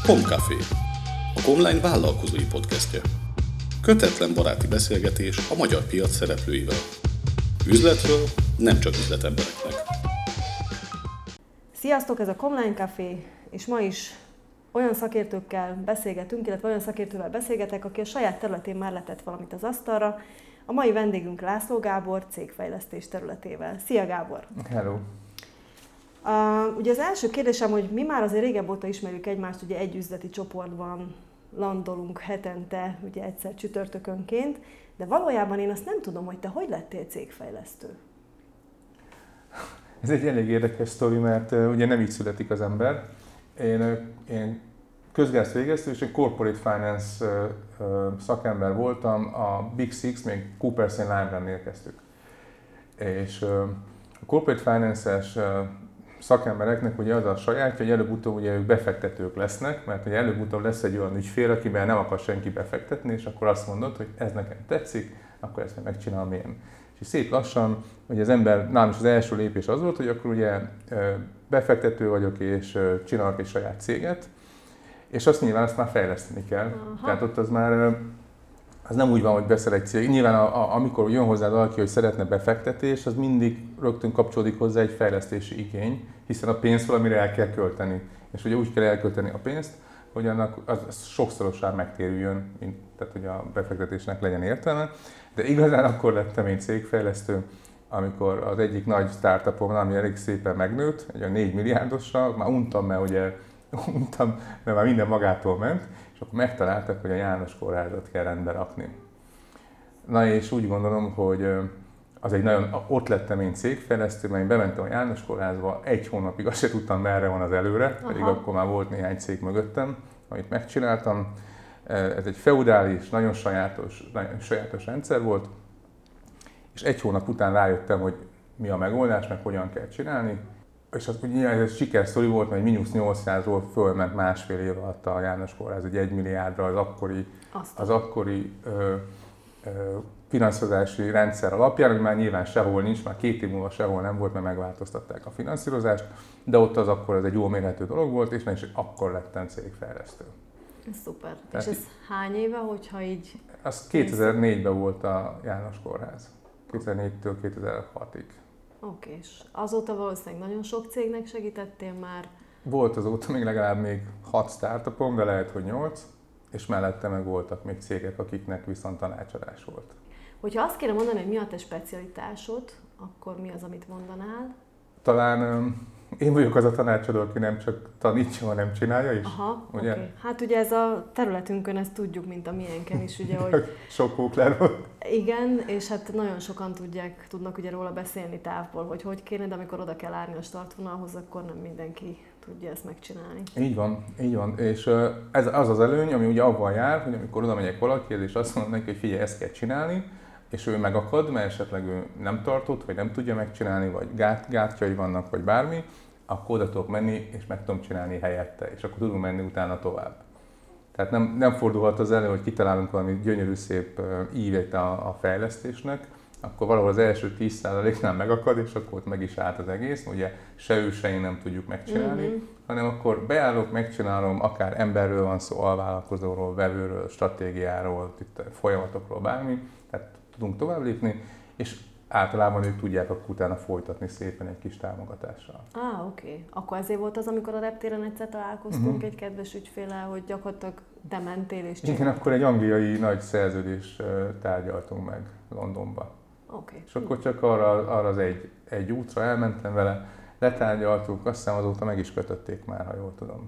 Komcafé, a Komline vállalkozói podcastje. Kötetlen baráti beszélgetés a magyar piac szereplőivel. Üzletről nem csak üzletembereknek. Sziasztok, ez a Komline Café, és ma is olyan szakértőkkel beszélgetünk, illetve olyan szakértővel beszélgetek, aki a saját területén már letett valamit az asztalra. A mai vendégünk László Gábor, cégfejlesztés területével. Szia Gábor! Hello! Ugye az első kérdésem, hogy mi már azért régebb óta ismerjük egymást, ugye egy üzleti csoportban landolunk hetente, ugye egyszer csütörtökönként, de valójában én azt nem tudom, hogy te hogy lettél cégfejlesztő? Ez egy elég érdekes sztori, mert ugye nem így születik az ember. Én közgázt végeztem, és egy corporate finance szakember voltam, a Big Six, még Coopers & Lybrand-nél kezdtük. És a corporate finance-es szakembereknek ugye az a sajátja, hogy előbb-utóbb ugye ők befektetők lesznek, mert ugye előbb-utóbb lesz egy olyan ügyfél, akiben nem akar senki befektetni, és akkor azt mondod, hogy ez nekem tetszik, akkor ezt megcsinálom én. És szép lassan, hogy az ember, nálam is az első lépés az volt, hogy akkor ugye befektető vagyok, és csinálok egy saját céget, és azt nyilván azt már fejleszteni kell. Aha. Tehát ott az már az nem úgy van, hogy beszel egy cég. Nyilván amikor jön hozzá valaki, hogy szeretne befektetés, az mindig rögtön kapcsolódik hozzá egy fejlesztési igény, hiszen a pénzt valamire el kell költeni. És ugye úgy kell elkölteni a pénzt, hogy annak az sokszorosan megtérüljön, tehát hogy a befektetésnek legyen értelme. De igazán akkor lettem én cégfejlesztő, amikor az egyik nagy startupom, ami elég szépen megnőtt, egy 4 milliárdosra, már untam, mert már minden magától ment, és akkor megtaláltak, hogy a János Kórházat kell rendbe rakni. Na és úgy gondolom, hogy az egy nagyon, ott lettem én cégfejlesztő, mert én bementem a János Kórházba, 1 hónapig azt se tudtam, merre van az előre, pedig akkor már volt néhány cég mögöttem, amit megcsináltam. Ez egy feudális, nagyon sajátos rendszer volt, és 1 hónap után rájöttem, hogy mi a megoldás, meg hogyan kell csinálni. És az ugye ez egy sikersztori volt, mert -800-ról fölment másfél év alatt a János Kórház, egy 1 milliárdra az akkori finanszírozási rendszer alapján, hogy már nyilván sehol nincs, már 2 év múlva sehol nem volt, mert megváltoztatták a finanszírozást, de ott akkor ez egy jól mérhető dolog volt, és akkor lettem cégfejlesztő. Ez szuper. Tehát és ez hány éve, hogyha így... Az 2004-ben volt a János Kórház, 2004-től 2006-ig. Oké, és azóta valószínűleg nagyon sok cégnek segítettél már? Volt azóta még 6 startupom, de lehet, hogy 8, és mellette meg voltak még cégek, akiknek viszont tanácsadás volt. Hogyha azt kéne mondani, hogy mi a te specialitásod, akkor mi az, amit mondanál? Talán én vagyok az a tanácsadó, aki nem csak tanítja, hanem csinálja is. Aha, oké. Okay. Hát ugye ez a területünkön, ezt tudjuk, mint a miénken is, ugye, hogy... Sok kókláról. Igen, és hát nagyon sokan tudnak ugye róla beszélni távból, hogy kéne, de amikor oda kell állni a startvonalhoz, akkor nem mindenki tudja ezt megcsinálni. Így van. És ez az előny, ami ugye avval jár, hogy amikor oda megyek valakihez, és azt mondom neki, hogy figyelj, ezt kell csinálni, és ő megakad, mert esetleg ő nem tartott, vagy nem tudja megcsinálni, vagy gátjai vannak, vagy bármi, akkor oda tudok menni, és meg tudom csinálni helyette, és akkor tudunk menni utána tovább. Tehát nem fordulhat az elő, hogy kitalálunk valami gyönyörű szép ívét a fejlesztésnek, akkor valahol az első 10%-nál megakad, és akkor ott meg is állt az egész, ugye se ő, se én nem tudjuk megcsinálni, hanem akkor beállok, megcsinálom, akár emberről van szó, alvállalkozóról, vevőről, stratégiáról, folyamatokról, bármi, tehát tudunk tovább lépni, és általában ők tudják akkor utána folytatni szépen egy kis támogatással. Oké. Akkor ezért volt az, amikor a reptéren egyszer találkoztunk egy kedves ügyféllel, hogy gyakorlatilag te mentél és csináltál. Igen, akkor egy angliai nagy szerződést tárgyaltunk meg Londonba. Okay. És akkor csak arra az egy útra elmentem vele, letárgyaltuk, azt hiszem azóta meg is kötötték már, ha jól tudom.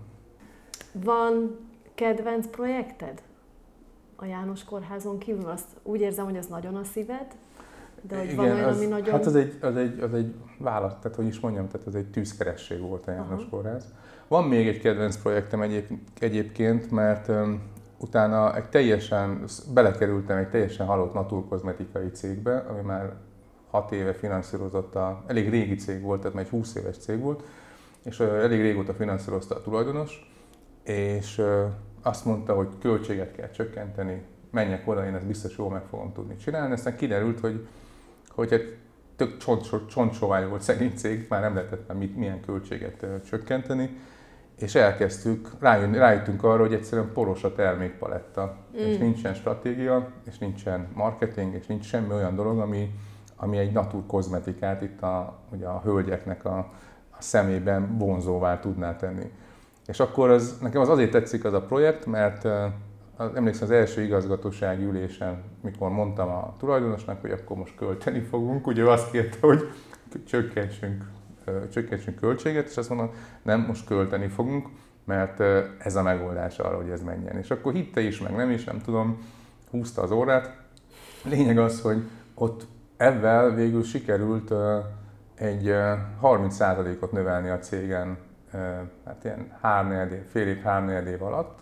Van kedvenc projekted a János Kórházon kívül? Azt úgy érzem, hogy ez nagyon a szíved, de hogy igen, van olyan, ami nagyon... Hát az egy vállalat, tehát hogy is mondjam, tehát az egy tűzkeresség volt a János Kórház. Van még egy kedvenc projektem egyébként, mert utána belekerültem egy teljesen halott naturkozmetikai cégbe, ami már 6 éve finanszírozott, elég régi cég volt, tehát már egy 20 éves cég volt, és elég régóta finanszírozta a tulajdonos, és azt mondta, hogy költséget kell csökkenteni, menjek oda, én ezt biztos jól meg fogom tudni csinálni. Aztán kiderült, hogy egy tök csontsovány volt szegény cég, már nem lehetett már milyen költséget csökkenteni, és elkezdtük, rájöttünk arra, hogy egyszerűen poros a termékpaletta, és nincsen stratégia, és nincsen marketing, és nincs semmi olyan dolog, ami egy naturkozmetikát itt ugye a hölgyeknek a szemében vonzóvá tudná tenni. És akkor nekem azért tetszik az a projekt, mert emlékszem az első igazgatósági ülésen, mikor mondtam a tulajdonosnak, hogy akkor most költeni fogunk, ugye azt kérte, hogy csökkentsünk költséget, és azt mondom, nem, most költeni fogunk, mert ez a megoldás arra, hogy ez menjen. És akkor hitte is, meg nem is, nem tudom, húzta az órát. Lényeg az, hogy ott ebben végül sikerült egy 30%-ot növelni a cégen, hát ilyen fél év, 3-4 év alatt,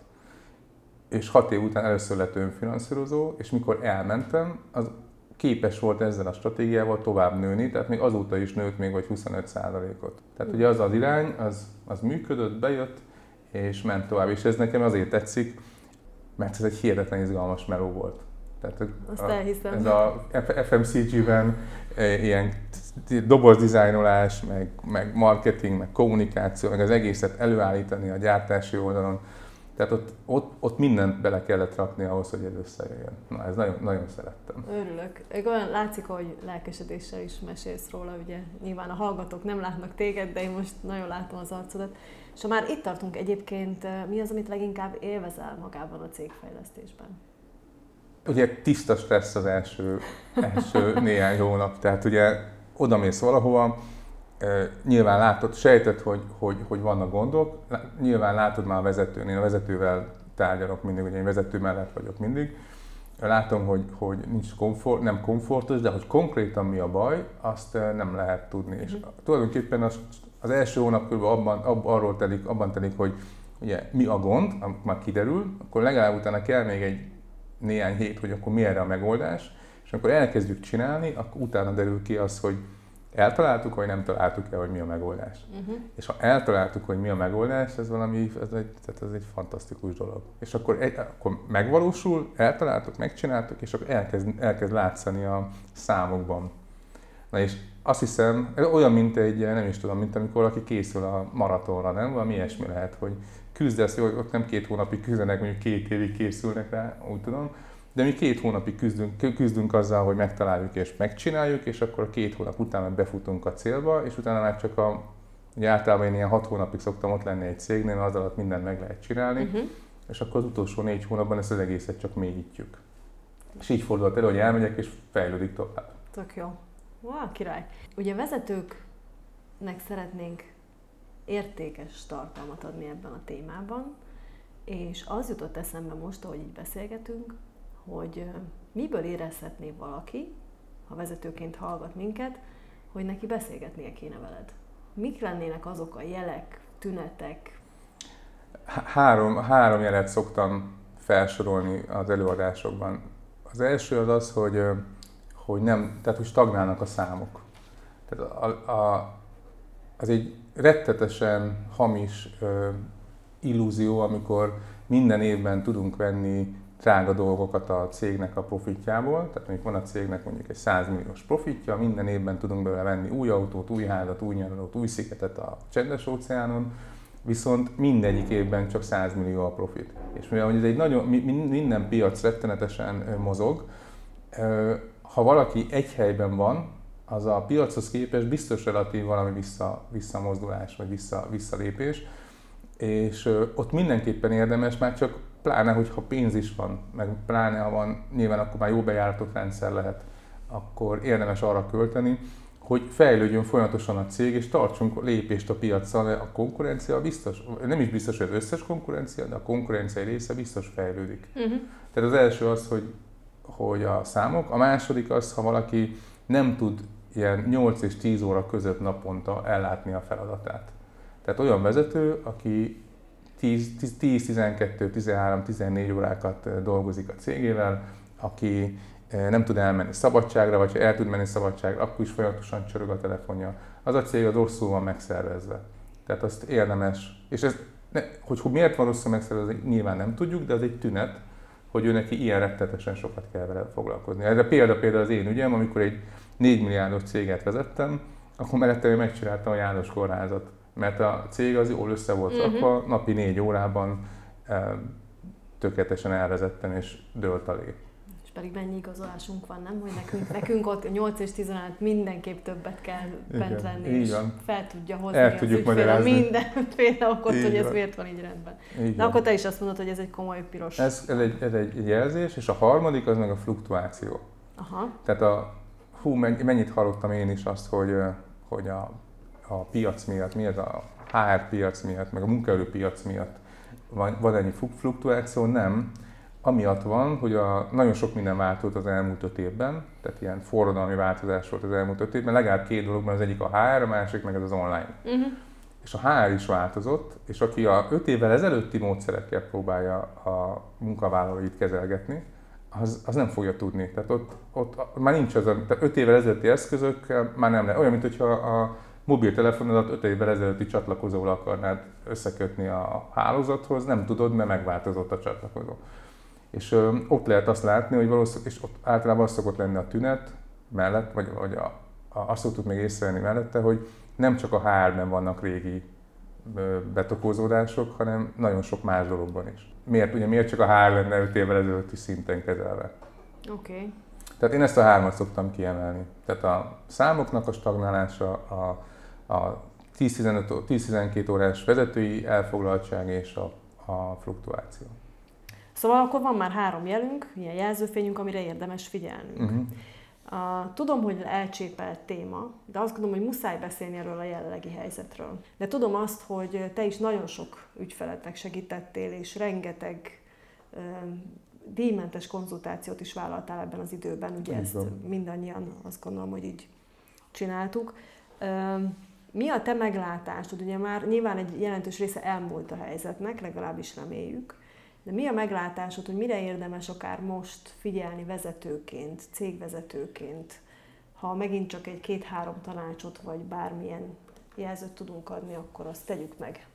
és 6 év után először lett önfinanszírozó, és mikor elmentem, az képes volt ezzel a stratégiával tovább nőni, tehát még azóta is nőtt még vagy 25%-ot. Tehát ugye az az irány, az működött, bejött, és ment tovább. És ez nekem azért tetszik, mert ez egy hihetetlen izgalmas meló volt. Tehát ez a FMCG-ben ilyen dobozdizájnolás, meg marketing, meg kommunikáció, meg az egészet előállítani a gyártási oldalon. Tehát ott mindent bele kellett rakni ahhoz, hogy ez összejöjjön. Na, ez nagyon, nagyon szerettem. Örülök. Olyan látszik, hogy lelkesedéssel is mesélsz róla, ugye nyilván a hallgatók nem látnak téged, de én most nagyon látom az arcodat. És ha már itt tartunk egyébként, mi az, amit leginkább élvezel magában a cégfejlesztésben? Ugye tiszta stressz az első néhány hónap, tehát ugye odamész valahova, nyilván látod, sejted, hogy vannak gondok, nyilván látod már a vezetőn, én a vezetővel tárgyalok mindig, ugye én vezető mellett vagyok mindig, látom, hogy nincs nem komfortos, de hogy konkrétan mi a baj, azt nem lehet tudni. És tulajdonképpen az első hónap körülbelül abban telik, hogy ugye mi a gond, amikor már kiderül, akkor legalább utána kell még egy néhány hét, hogy akkor mi erre a megoldás, és akkor elkezdjük csinálni, akkor utána derül ki az, hogy eltaláltuk, vagy nem találtuk el, hogy mi a megoldás. És ha eltaláltuk, hogy mi a megoldás, ez egy fantasztikus dolog. És akkor megvalósul, eltaláltuk, megcsináltuk, és akkor elkezd látszani a számokban. Na és azt hiszem, ez olyan, mint mint amikor valaki készül a maratonra, nem? Valami ilyesmi lehet, hogy küzdesz, hogy ott nem 2 hónapig küzdenek, mondjuk 2 évig készülnek rá, úgy tudom. De mi 2 hónapig küzdünk azzal, hogy megtaláljuk és megcsináljuk, és akkor a 2 hónap után befutunk a célba, és utána már csak ugye általában én ilyen 6 hónapig szoktam ott lenni egy cégnél, az alatt mindent meg lehet csinálni, és akkor az utolsó 4 hónapban ezt az egészet csak mélyítjük. És így fordult elő, hogy elmegyek, és fejlődik tovább. Tök jó. Wow, király. Ugye vezetőknek szeretnénk értékes tartalmat adni ebben a témában, és az jutott eszembe most, ahogy így beszélgetünk, hogy miből érezhetné valaki, ha vezetőként hallgat minket, hogy neki beszélgetnie kéne veled. Mik lennének azok a jelek, tünetek? Három jelet szoktam felsorolni az előadásokban. Az első az, hogy stagnálnak a számok. Tehát az egy rettetesen hamis illúzió, amikor minden évben tudunk venni drága dolgokat a cégnek a profitjából, tehát mondjuk van a cégnek mondjuk egy 100 milliós profitja, minden évben tudunk belőle venni új autót, új házat, új nyaralót, új szigetet a Csendes-óceánon, viszont mindegyik évben csak 100 millió a profit. És mivel ez egy minden piac rettenetesen mozog, ha valaki egy helyben van, az a piachoz képest biztos relatív valami visszamozdulás, vagy visszalépés, és ott mindenképpen érdemes, már csak pláne, hogyha pénz is van, meg pláne, ha van, nyilván akkor már jó bejáratott rendszer lehet, akkor érdemes arra költeni, hogy fejlődjön folyamatosan a cég, és tartsunk lépést a piaccal, a konkurencia biztos, nem is biztos, hogy az összes konkurencia, de a konkurencia része biztos fejlődik. Tehát az első az, hogy a számok, a második az, ha valaki nem tud ilyen 8 és 10 óra között naponta ellátni a feladatát. Tehát olyan vezető, aki 10, 12, 13, 14 órákat dolgozik a cégével, aki nem tud elmenni szabadságra, vagy ha el tud menni szabadságra, akkor is folyamatosan csörög a telefonja. Az a cég az rosszul van megszervezve. Tehát azt érdemes, és hogy miért van rosszul megszervezve, nyilván nem tudjuk, de az egy tünet, hogy ő neki ilyen rettetesen sokat kell vele foglalkozni. Erre például az én ügyem, amikor egy 4 milliárdos céget vezettem, akkor mellette megcsináltam a János Kórházat. Mert a cég az jól össze volt rakva, napi 4 órában tökéletesen elvezetten és dőlt a lé. És pedig mennyi igazolásunk van, nem? Hogy nekünk ott 8 és 15 mindenképp többet kell bent lenni, és fel tudja hozni az ügyfél mindenféle okot, hogy ez miért van így rendben. De akkor te is azt mondod, hogy ez egy komoly piros. Ez egy jelzés, és a harmadik az meg a fluktuáció. Aha. Tehát mennyit hallottam én is azt, hogy a piac miatt, mi ez a HR piac miatt, meg a munkaerőpiac miatt van ennyi fluktuáció, nem. Amiatt van, hogy nagyon sok minden változott az elmúlt 5 évben, tehát ilyen forradalmi változás volt az elmúlt 5 évben, legalább 2 dologban, az egyik a HR, a másik meg az online. És a HR is változott, és aki a 5 évvel ezelőtti módszerekkel próbálja a munkavállalóit kezelgetni, az nem fogja tudni. Tehát ott már nincs az, tehát 5 évvel ezelőtti eszközök már nem lehet. Olyan, mint hogyha a mobiltelefonodat 5 évvel ezelőtti csatlakozóval akarnád összekötni a hálózathoz, nem tudod, mert megváltozott a csatlakozó. És ott lehet azt látni, hogy valószínűleg, és ott általában az szokott lenni a tünet mellett, vagy azt szoktuk még észrevenni mellette, hogy nem csak a HR-ben vannak régi betokózódások, hanem nagyon sok más dologban is. Miért csak a HR lenne 5 évvel ezelőtti szinten kezelve? Oké. Tehát én ezt a 3-at szoktam kiemelni. Tehát a számoknak a stagnálása, a 10-12 órás vezetői elfoglaltság és a fluktuáció. Szóval akkor van már 3 jelünk, ilyen jelzőfényünk, amire érdemes figyelnünk. Tudom, hogy elcsépelt téma, de azt gondolom, hogy muszáj beszélni erről a jelenlegi helyzetről. De tudom azt, hogy te is nagyon sok ügyfelednek segítettél, és rengeteg díjmentes konzultációt is vállaltál ebben az időben. Ugye ezt mindannyian azt gondolom, hogy így csináltuk. Mi a te meglátásod? Ugye már nyilván egy jelentős része elmúlt a helyzetnek, legalábbis reméljük. De mi a meglátásod, hogy mire érdemes akár most figyelni vezetőként, cégvezetőként, ha megint csak egy 2-3 tanácsot, vagy bármilyen jelzőt tudunk adni, akkor azt tegyük meg.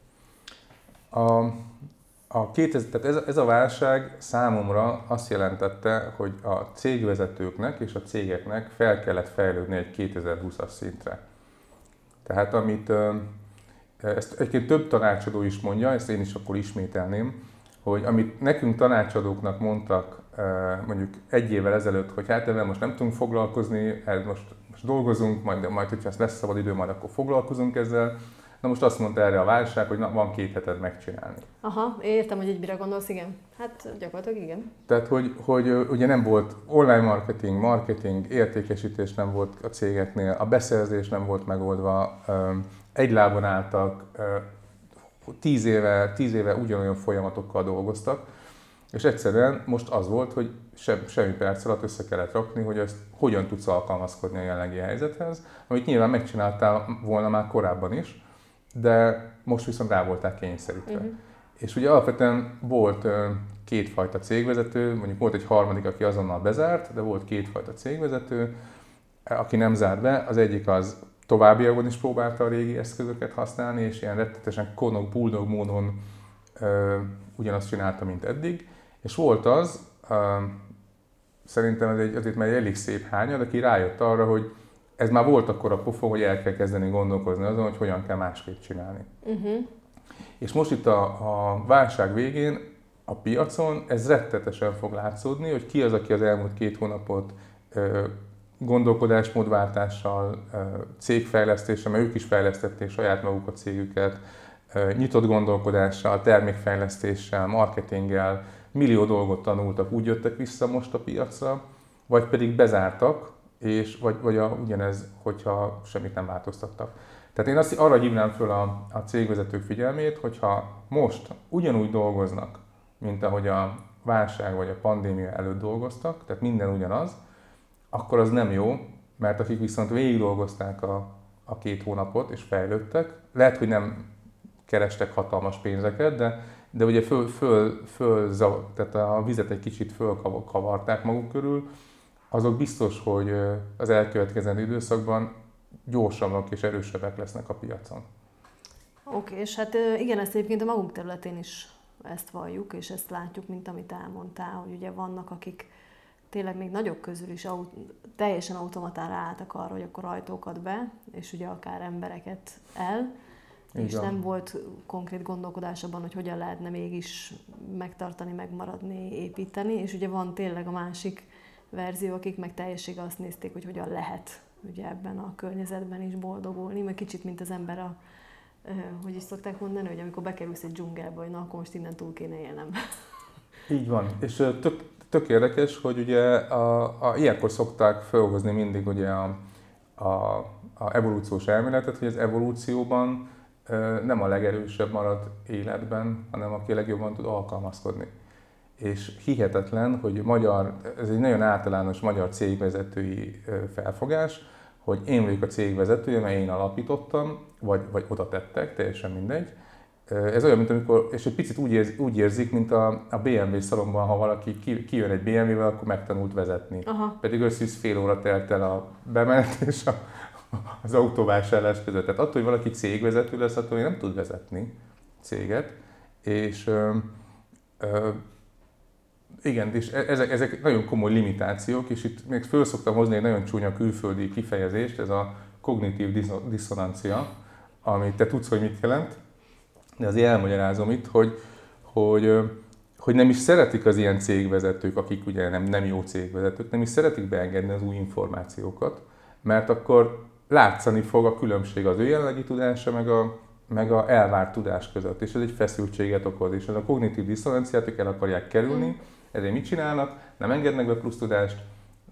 Tehát ez a válság számomra azt jelentette, hogy a cégvezetőknek és a cégeknek fel kellett fejlődni egy 2020-as szintre. Tehát ezt egyébként több tanácsadó is mondja, ezt én is akkor ismételném, hogy amit nekünk tanácsadóknak mondtak mondjuk 1 évvel ezelőtt, hogy hát ebben most nem tudunk foglalkozni, most dolgozunk, majd hogyha lesz szabad idő, majd akkor foglalkozunk ezzel. Na most azt mondta erre a válság, hogy van 2 heted megcsinálni. Aha, értem, hogy mire gondolsz, igen. Hát gyakorlatilag igen. Tehát, hogy ugye nem volt online marketing, értékesítés nem volt a cégeknél, a beszerzés nem volt megoldva, egy lábon álltak, 10 éve ugyanolyan folyamatokkal dolgoztak, és egyszerűen most az volt, hogy semmi perc alatt össze kellett rakni, hogy ezt hogyan tudsz alkalmazkodni a jelenlegi helyzethez, amit nyilván megcsináltál volna már korábban is, de most viszont rá voltál kényszerítve. És ugye alapvetően volt 2 fajta cégvezető, mondjuk volt egy harmadik, aki azonnal bezárt, de volt 2 fajta cégvezető, aki nem zárt be. Az egyik az továbbiakban is próbálta a régi eszközöket használni, és ilyen rettetesen konok, buldog módon ugyanazt csinálta, mint eddig. És volt az, szerintem ez azért már egy elég szép hányad, aki rájött arra, hogy ez már volt akkor a pofon, hogy el kell kezdeni gondolkozni azon, hogy hogyan kell másképp csinálni. És most itt a válság végén a piacon ez rettetesen fog látszódni, hogy ki az, aki az elmúlt 2 hónapot gondolkodásmódváltással, cégfejlesztéssel, mert ők is fejlesztették saját maguk a cégüket, nyitott gondolkodással, termékfejlesztéssel, marketinggel, millió dolgot tanultak, úgy jöttek vissza most a piacra, vagy pedig bezártak, és vagy ugyanez, hogyha semmit nem változtattak. Tehát én arra hívnám föl a cégvezetők figyelmét, hogyha most ugyanúgy dolgoznak, mint ahogy a válság vagy a pandémia előtt dolgoztak, tehát minden ugyanaz, akkor az nem jó, mert akik viszont végig dolgozták a 2 hónapot és fejlődtek, lehet, hogy nem kerestek hatalmas pénzeket, de ugye tehát a vizet egy kicsit fölkavarták maguk körül, azok biztos, hogy az elkövetkezendő időszakban gyorsabbak és erősebbek lesznek a piacon. Oké, és hát igen, ezt egyébként a magunk területén is ezt valljuk, és ezt látjuk, mint amit elmondtál, hogy ugye vannak, akik tényleg még nagyok közül is teljesen automatára álltak arra, hogy akkor ajtókat be, és ugye akár embereket el. és nem volt konkrét gondolkodás abban, hogy hogyan lehetne mégis megtartani, megmaradni, építeni, és ugye van tényleg a másik verzió, akik meg teljességgel azt nézték, hogy hogyan lehet ugye ebben a környezetben is boldogulni, mert kicsit, mint az ember hogy is szokták mondani, hogy amikor bekerülsz egy dzsungelbe, hogy na, akkor most innen túl kéne élnem. Így van, és tök érdekes, hogy ugye ilyenkor szokták felhozni mindig ugye a evolúciós elméletet, hogy az evolúcióban nem a legerősebb marad életben, hanem aki a legjobban tud alkalmazkodni. És hihetetlen, hogy ez egy nagyon általános magyar cégvezetői felfogás, hogy én vagyok a cégvezetője, mert én alapítottam, vagy oda tettek, teljesen mindegy. Ez olyan, mint amikor, és egy picit úgy érzik, mint a BMW szalonban, ha valaki kijön egy BMW-vel, akkor megtanult vezetni. Aha. Pedig összűz fél óra telt el a bemenet és az autóvásárlás között. Tehát attól, hogy valaki cégvezető lesz, attól, hogy nem tud vezetni céget. És igen, és ezek nagyon komoly limitációk, és itt még föl szoktam hozni egy nagyon csúnya külföldi kifejezést, ez a kognitív diszonancia, amit te tudsz, hogy mit jelent, de azért elmagyarázom itt, hogy nem is szeretik az ilyen cégvezetők, akik ugye nem jó cégvezetők, nem is szeretik beengedni az új információkat, mert akkor látszani fog a különbség az ő jelenlegi tudása, meg a elvárt tudás között, és ez egy feszültséget okoz, és ez a kognitív diszonanciát ők el akarják kerülni, ezért mit csinálnak? Nem engednek be plusz tudást,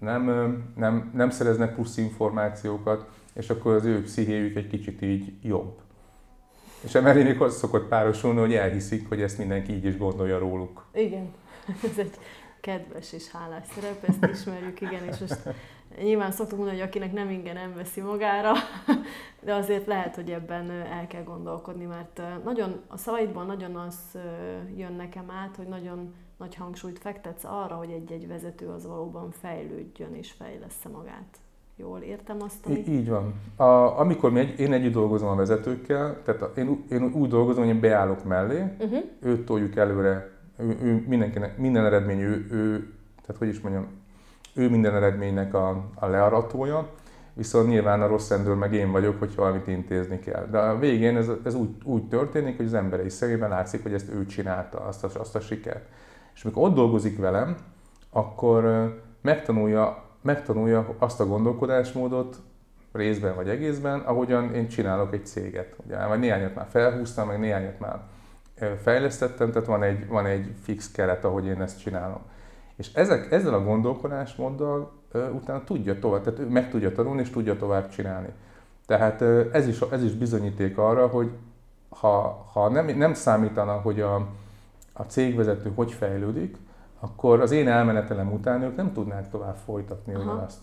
nem szereznek plusz információkat, és akkor az ő pszichéjük egy kicsit így jobb. És emellé még az szokott párosulni, hogy elhiszik, hogy ezt mindenki így is gondolja róluk. Igen, ez egy kedves és hálás szerep, ezt ismerjük, igen, és most nyilván szoktuk mondani, hogy akinek nem inge, nem veszi magára, de azért lehet, hogy ebben el kell gondolkodni, mert nagyon, a szavaidban nagyon az jön nekem át, hogy nagyon nagy hangsúlyt fektetsz arra, hogy egy vezető az valóban fejlődjön és fejlessze magát. Jól értem azt, hogy... Így van. Amikor én együtt dolgozom a vezetőkkel, tehát én úgy dolgozom, hogy én beállok mellé, őt toljuk előre, ő mindenkinek, minden eredmény, tehát hogy is mondjam, ő minden eredménynek a learatója, viszont nyilván a rossz rendőr meg én vagyok, hogyha valamit intézni kell. De a végén ez úgy történik, hogy az emberei szemében látszik, hogy ezt ő csinálta, azt a sikert. És amikor ott dolgozik velem, akkor megtanulja azt a gondolkodásmódot, részben vagy egészben, ahogyan én csinálok egy céget. Ugye, vagy néhányat már felhúztam, meg néhányat már fejlesztettem, tehát van egy fix keret, ahogy én ezt csinálom. És ezzel a gondolkodásmóddal utána tudja tovább, tehát ő meg tudja tanulni és tudja tovább csinálni. Tehát ez is bizonyíték arra, hogy ha nem számítana, hogy a cégvezető hogy fejlődik, akkor az én elmenetelem után ők nem tudnák tovább folytatni ugyanazt.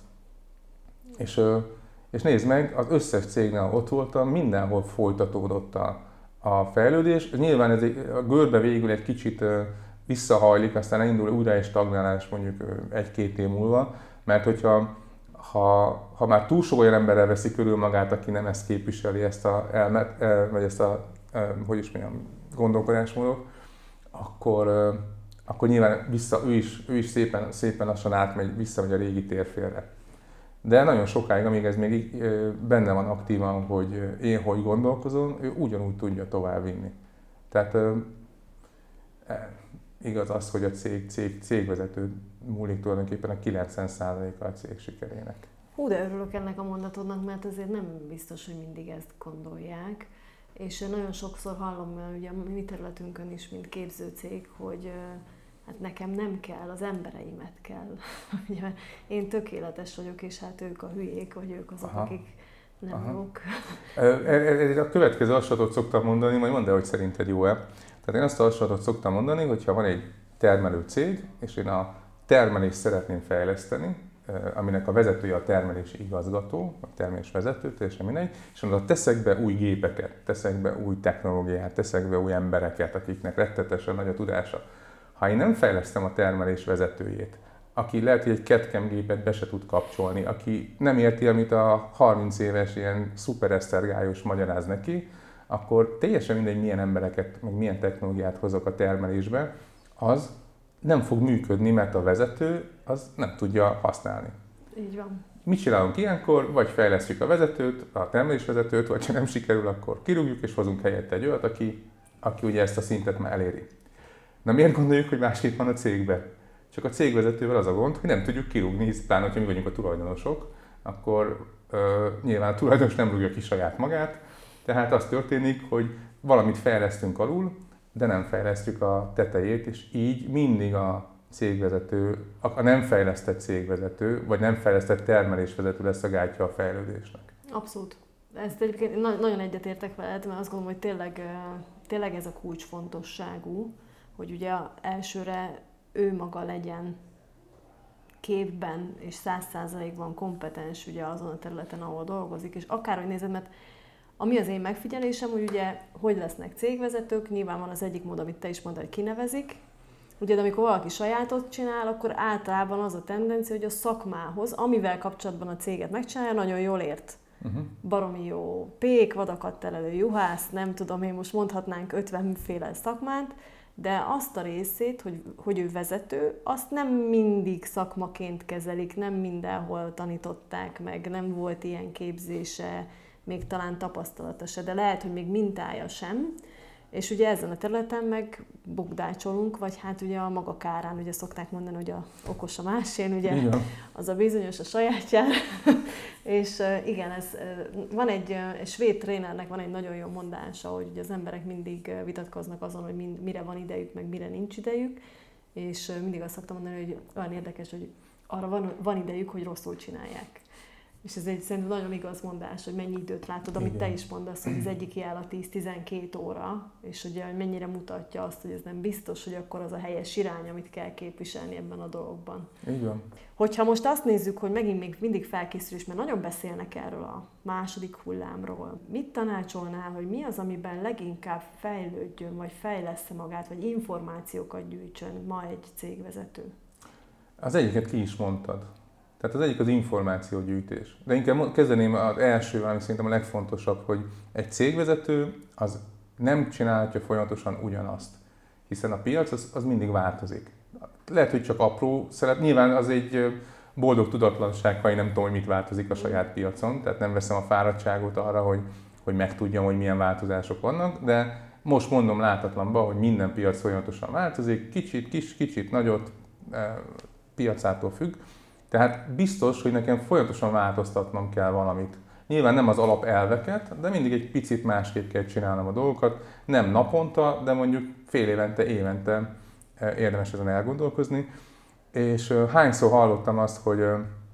És nézd meg, az összes cégnél, ahol ott voltam, mindenhol folytatódott a fejlődés. Nyilván a görbe végül egy kicsit visszahajlik, aztán elindul újra egy stagnálás mondjuk 1-2 év múlva, mert hogyha ha már túl sok olyan emberrel veszi körül magát, aki nem ezt képviseli, ezt a vagy ezt a hogy is mondjam, gondolkodásmódot, akkor nyilván ő is szépen lassan visszamegy a régi térfélre. De nagyon sokáig, amíg ez még benne van aktívan, hogy én hogy gondolkozom, ő ugyanúgy tudja továbbvinni. Tehát igaz az, hogy a cégvezető múlik tulajdonképpen a 90%-a a cég sikerének. Hú, de örülök ennek a mondatodnak, mert azért nem biztos, hogy mindig ezt gondolják. És nagyon sokszor hallom, ugye a mi területünkön is, mint képzőcég, hogy hát nekem nem kell, az embereimet kell. Ugye, én tökéletes vagyok, és hát ők a hülyék, vagy ők azok, akik nem jók. A következő hasonlatot szoktam mondani, majd mondd el, hogy szerinted jó-e. Tehát én azt a hasonlatot szoktam mondani, hogyha van egy termelő cég, és én a termelést szeretném fejleszteni, aminek a vezetője a termelési igazgató, a termelés vezető, teljesen mindegy, és oda teszek be új gépeket, teszek be új technológiát, teszek be új embereket, akiknek rettetesen nagy a tudása. Ha én nem fejlesztem a termelés vezetőjét, aki lehet, hogy egy CAD/CAM gépet be se tud kapcsolni, aki nem érti, amit a 30 éves ilyen szuperesztergályos magyaráz neki, akkor teljesen mindegy, milyen embereket, meg milyen technológiát hozok a termelésbe, az nem fog működni, mert a vezető az nem tudja használni. Így van. mit csinálunk ilyenkor? Vagy fejlesztjük a vezetőt, a termelésvezetőt, vagy ha nem sikerül, akkor kirúgjuk és hozunk helyette egy olyat, aki ugye ezt a szintet már eléri. Na miért gondoljuk, hogy másképp van a cégben? Csak a cégvezetővel az a gond, hogy nem tudjuk kirúgni, hisz pláne, hogyha mi vagyunk a tulajdonosok, akkor nyilván a tulajdonos nem rúgja ki saját magát, tehát az történik, hogy valamit fejlesztünk alul, de nem fejlesztjük a tetejét, és így mindig a cégvezető, a nem fejlesztett cégvezető, vagy nem fejlesztett termelésvezető lesz a gátja a fejlődésnek. Abszolút. Ezt egyébként nagyon egyetértek veled, mert azt gondolom, hogy tényleg ez a kulcsfontosságú, hogy ugye elsőre ő maga legyen képben és 100%-ban kompetens ugye azon a területen, ahol dolgozik, és akárhogy nézed, mert ami az én megfigyelésem, hogy ugye hogy lesznek cégvezetők, nyilván van az egyik mód, amit te is mondtad, hogy kinevezik, ugye, de amikor valaki sajátot csinál, akkor általában az a tendencia, hogy a szakmához, amivel kapcsolatban a céget megcsinálja, nagyon jól ért. Baromi jó pék, vadakat telelő juhász, nem tudom, én most mondhatnánk 50 féle szakmát, de azt a részét, hogy ő vezető, azt nem mindig szakmaként kezelik, nem mindenhol tanították meg, nem volt ilyen képzése, még talán tapasztalata se, de lehet, hogy még mintája sem. És ugye ezen a területen meg bukdácsolunk, vagy hát ugye a maga kárán, ugye szokták mondani, hogy a okos a másén, ugye igen. Az a bizonyos a sajátján. És igen, van egy svéd trénernek van egy nagyon jó mondása, hogy ugye az emberek mindig vitatkoznak azon, hogy mire van idejük, meg mire nincs idejük. És mindig azt szoktam mondani, hogy olyan érdekes, hogy arra van idejük, hogy rosszul csinálják. És ez egy szerintem nagyon igaz mondás, hogy mennyi időt látod, amit te is mondasz, hogy az egyik jel a 10-12 óra, és ugye mennyire mutatja azt, hogy ez nem biztos, hogy akkor az a helyes irány, amit kell képviselni ebben a dologban. Így van. Hogyha most azt nézzük, hogy megint még mindig felkészülés, mert nagyon beszélnek erről a második hullámról, mit tanácsolnál, hogy mi az, amiben leginkább fejlődjön, vagy fejlessze magát, vagy információkat gyűjtsön ma egy cégvezető? Az egyiket ki is mondtad. Tehát az egyik az információgyűjtés. De inkább kezdeném az elsővel, ami szerintem a legfontosabb, hogy egy cégvezető az nem csinálhatja folyamatosan ugyanazt. Hiszen a piac az mindig változik. Lehet, hogy csak apró szelet. Nyilván az egy boldog tudatlanság, ha én nem tudom, hogy mit változik a saját piacon. Tehát nem veszem a fáradtságot arra, hogy megtudjam, hogy milyen változások vannak. De most mondom látatlanban, hogy minden piac folyamatosan változik. Kicsit, nagyot, piacától függ. Tehát biztos, hogy nekem folyamatosan változtatnom kell valamit. Nyilván nem az alapelveket, de mindig egy picit másképp kell csinálnom a dolgokat. Nem naponta, de mondjuk fél évente, évente érdemes ezen elgondolkozni. És hányszor hallottam azt, hogy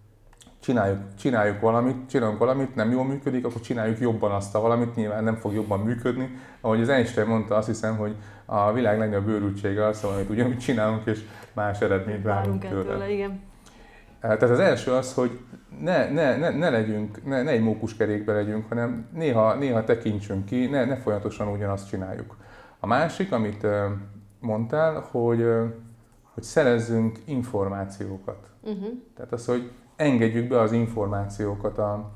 csinálunk valamit, nem jól működik, akkor csináljuk jobban azt a valamit, nyilván nem fog jobban működni. Ahogy az Einstein mondta, azt hiszem, hogy a világ legnagyobb őrültsége az, amit ugyanúgy csinálunk, és más eredményt várunk tőle. Igen. Tehát az első az, hogy ne egy mókuskerékbe legyünk, hanem néha tekintsünk ki, ne folyamatosan ugyanazt csináljuk. A másik, amit mondtál, hogy szerezzünk információkat. Tehát az, hogy engedjük be az információkat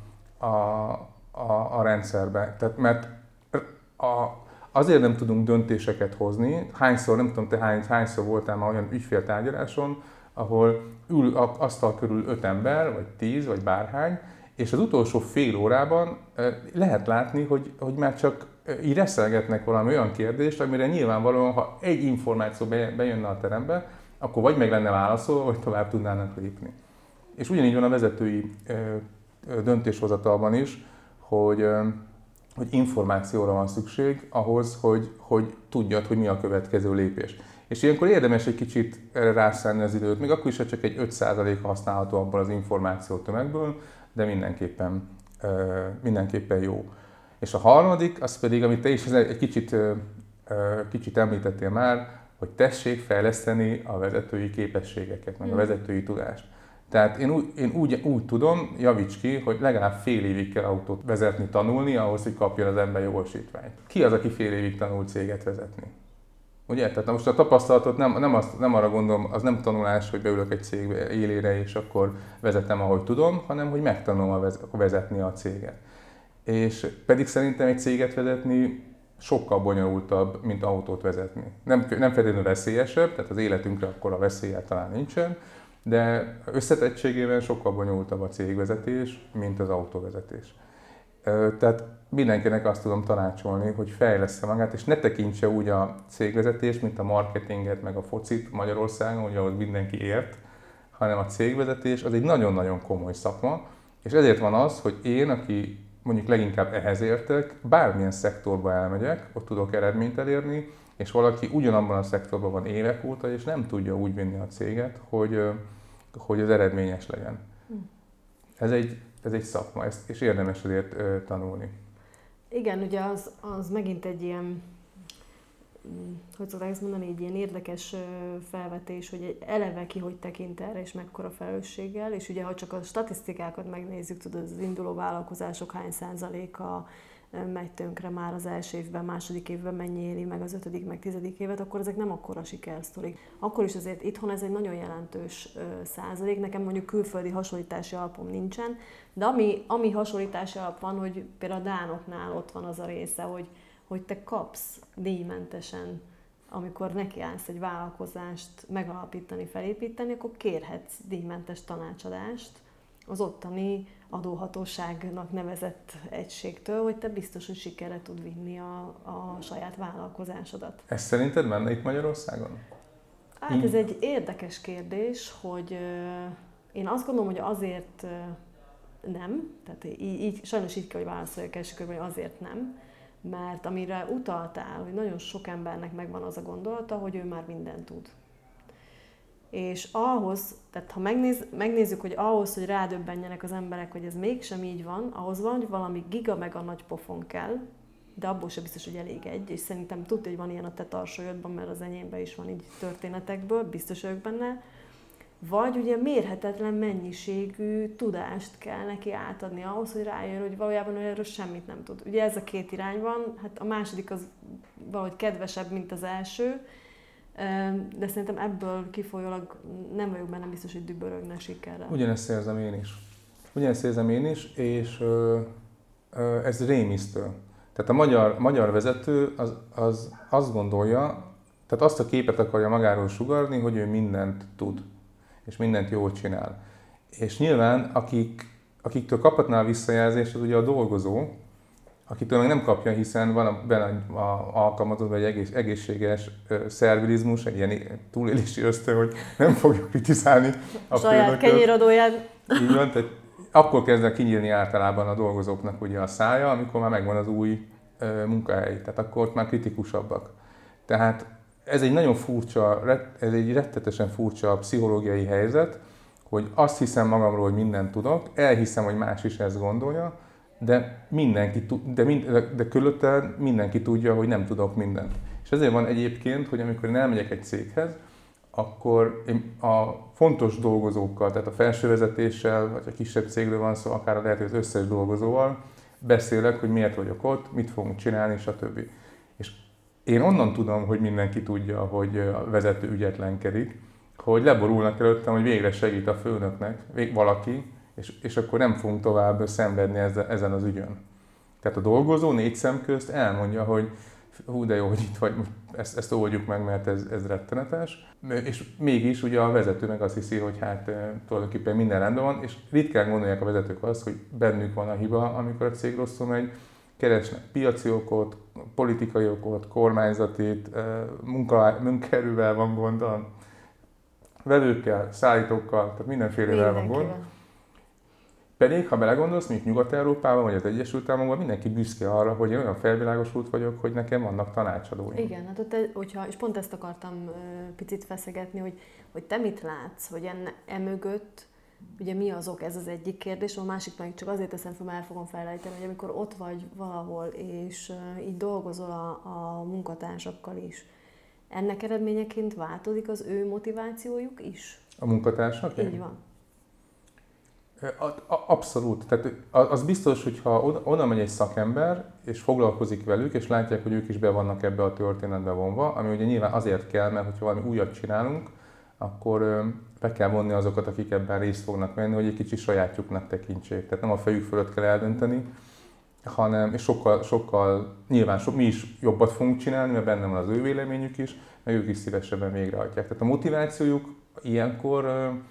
a rendszerbe. Tehát, mert azért nem tudunk döntéseket hozni, nem tudom, te hányszor voltál már olyan ügyféltárgyaláson, ahol ül asztal körül 5 ember, vagy 10, vagy bárhány, és az utolsó fél órában lehet látni, hogy már csak így reszelgetnek valami olyan kérdést, amire nyilvánvalóan, ha egy információ bejönne a terembe, akkor vagy meg lenne válaszolva, vagy tovább tudnának lépni. És ugyanígy van a vezetői döntéshozatalban is, hogy információra van szükség ahhoz, hogy tudjad, hogy mi a következő lépés. És ilyenkor érdemes egy kicsit rászállni az időt, még akkor is, ha csak egy 5% használható abból az információ tömegből, de mindenképpen jó. És a harmadik, az pedig, amit te is egy kicsit említettél már, hogy tessék fejleszteni a vezetői képességeket, meg a vezetői tudást. Tehát én úgy tudom, javíts ki, hogy legalább fél évig kell autót vezetni, tanulni, ahhoz, hogy kapjon az ember jogosítványt. Ki az, aki fél évig tanul céget vezetni? Ugye? Tehát most a tapasztalatot nem arra gondolom, az nem tanulás, hogy beülök egy cég élére, és akkor vezetem, ahogy tudom, hanem hogy megtanulom vezetni a céget. És pedig szerintem egy céget vezetni sokkal bonyolultabb, mint autót vezetni. Nem feltétlenül veszélyesebb, tehát az életünkre akkor a veszélye talán nincsen, De összetettségében sokkal bonyolultabb a cégvezetés, mint az autóvezetés. Tehát mindenkinek azt tudom tanácsolni, hogy fejlessze magát, és ne tekintse úgy a cégvezetést, mint a marketinget, meg a focit Magyarországon, ugye ahol mindenki ért, hanem a cégvezetés az egy nagyon-nagyon komoly szakma, és ezért van az, hogy én, aki mondjuk leginkább ehhez értek, bármilyen szektorba elmegyek, ott tudok eredményt elérni, és valaki ugyanabban a szektorban van évek óta, és nem tudja úgy vinni a céget, hogy az eredményes legyen. Ez egy szakma, és érdemes azért tanulni. Igen, ugye az megint egy ilyen, hogy szokták ezt mondani, egy ilyen érdekes felvetés, hogy eleve ki hogy tekint erre, és mekkora felelősséggel, és ugye ha csak a statisztikákat megnézzük, tudod, az induló vállalkozások hány százaléka megy tönkre már az első évben, második évben mennyi éli meg az 5., meg 10. évet, akkor ezek nem akkora sikersztorik. Akkor is azért itthon ez egy nagyon jelentős százalék, nekem mondjuk külföldi hasonlítási alapom nincsen, de ami hasonlítási alap van, hogy például a dánoknál ott van az a része, hogy te kapsz díjmentesen, amikor nekiállsz egy vállalkozást megalapítani, felépíteni, akkor kérhetsz díjmentes tanácsadást az ottani adóhatóságnak nevezett egységtől, hogy te biztos, hogy sikerre tud vinni a saját vállalkozásodat. Ez szerinted menne itt Magyarországon? Hát ez egy érdekes kérdés, hogy én azt gondolom, hogy azért nem, tehát sajnos így kell, hogy válaszoljak első körben, hogy azért nem, mert amire utaltál, hogy nagyon sok embernek megvan az a gondolata, hogy ő már mindent tud. És ahhoz, tehát ha megnézzük, hogy ahhoz, hogy rádöbbenjenek az emberek, hogy ez mégsem így van, ahhoz van, hogy valami giga meg a nagy pofon kell, de abból sem biztos, hogy elég egy, és szerintem tudja, hogy van ilyen a te tarsolyodban, mert az enyémben is van így történetekből, biztos vagyok benne, vagy ugye mérhetetlen mennyiségű tudást kell neki átadni ahhoz, hogy rájön, hogy valójában erről semmit nem tud. Ugye ez a két irány van, hát a második az valahogy kedvesebb, mint az első, de szerintem ebből kifolyólag nem vagyok benne biztos, hogy dübörögne sikerrel. Ugyanezt érzem én is, és ez rémisztő. Tehát a magyar vezető az azt gondolja, tehát azt a képet akarja magáról sugallni, hogy ő mindent tud, és mindent jól csinál. És nyilván, akiktől kaphatná a visszajelzést, az ugye a dolgozó, akitől meg nem kapja, hiszen van benne alkalmazott egy egészséges szervilizmus, egy ilyen túlélési ösztön, hogy nem fogjuk kritizálni a saját kenyéradóját. Így van, tehát akkor kezd el kinyílni általában a dolgozóknak ugye a szája, amikor már megvan az új munkahely, tehát akkor már kritikusabbak. Tehát ez egy nagyon furcsa, ez egy rettetesen furcsa pszichológiai helyzet, hogy azt hiszem magamról, hogy mindent tudok, elhiszem, hogy más is ezt gondolja, de körülötted mindenki tudja, hogy nem tudok mindent. És ezért van egyébként, hogy amikor én elmegyek egy céghez, akkor én a fontos dolgozókkal, tehát a felsővezetéssel, vagy a kisebb cégről van szó, akár lehet, hogy az összes dolgozóval beszélek, hogy miért vagyok ott, mit fogunk csinálni, stb. És én onnan tudom, hogy mindenki tudja, hogy a vezető ügyetlenkedik, hogy leborulnak előttem, hogy végre segít a főnöknek valaki, és akkor nem fogunk tovább szenvedni ezen az ügyön. Tehát a dolgozó 4 szem közt elmondja, hogy hú, de jó, hogy itt vagy, ezt oldjuk meg, mert ez rettenetes. És mégis ugye a vezető meg azt hiszi, hogy hát tulajdonképpen minden rendben van, és ritkán gondolják a vezetők azt, hogy bennük van a hiba, amikor a cég rosszul megy, keresnek piaci okot, politikai okot, kormányzatit, munkaerővel van gond, a vevőkkel, szállítókkal, tehát mindenfélevel van gond. Pedig, ha belegondolsz, mint Nyugat-Európában vagy az Egyesült Államokban, mindenki büszke arra, hogy én olyan felvilágosult vagyok, hogy nekem vannak tanácsadóim. Igen, hát és pont ezt akartam picit feszegetni, hogy te mit látsz, hogy emögött, ugye mi az ok, ez az egyik kérdés, a másik meg csak azért teszem fel, mert el fogom felejteni, hogy amikor ott vagy valahol, és így dolgozol a munkatársakkal is, ennek eredményeként változik az ő motivációjuk is? A munkatársak? Így van. Abszolút. Tehát az biztos, hogy ha oda megy egy szakember, és foglalkozik velük, és látják, hogy ők is be vannak ebbe a történetbe vonva, ami ugye nyilván azért kell, mert hogyha valami újat csinálunk, akkor be kell vonni azokat, akik ebben részt fognak venni, hogy egy kicsit sajátjuknak tekintsék. Tehát nem a fejük fölött kell eldönteni, hanem és sokkal nyilván mi is jobbat fogunk csinálni, mert benne van az ő véleményük is, meg ők is szívesebben végrehajtják. Tehát a motivációjuk ilyenkor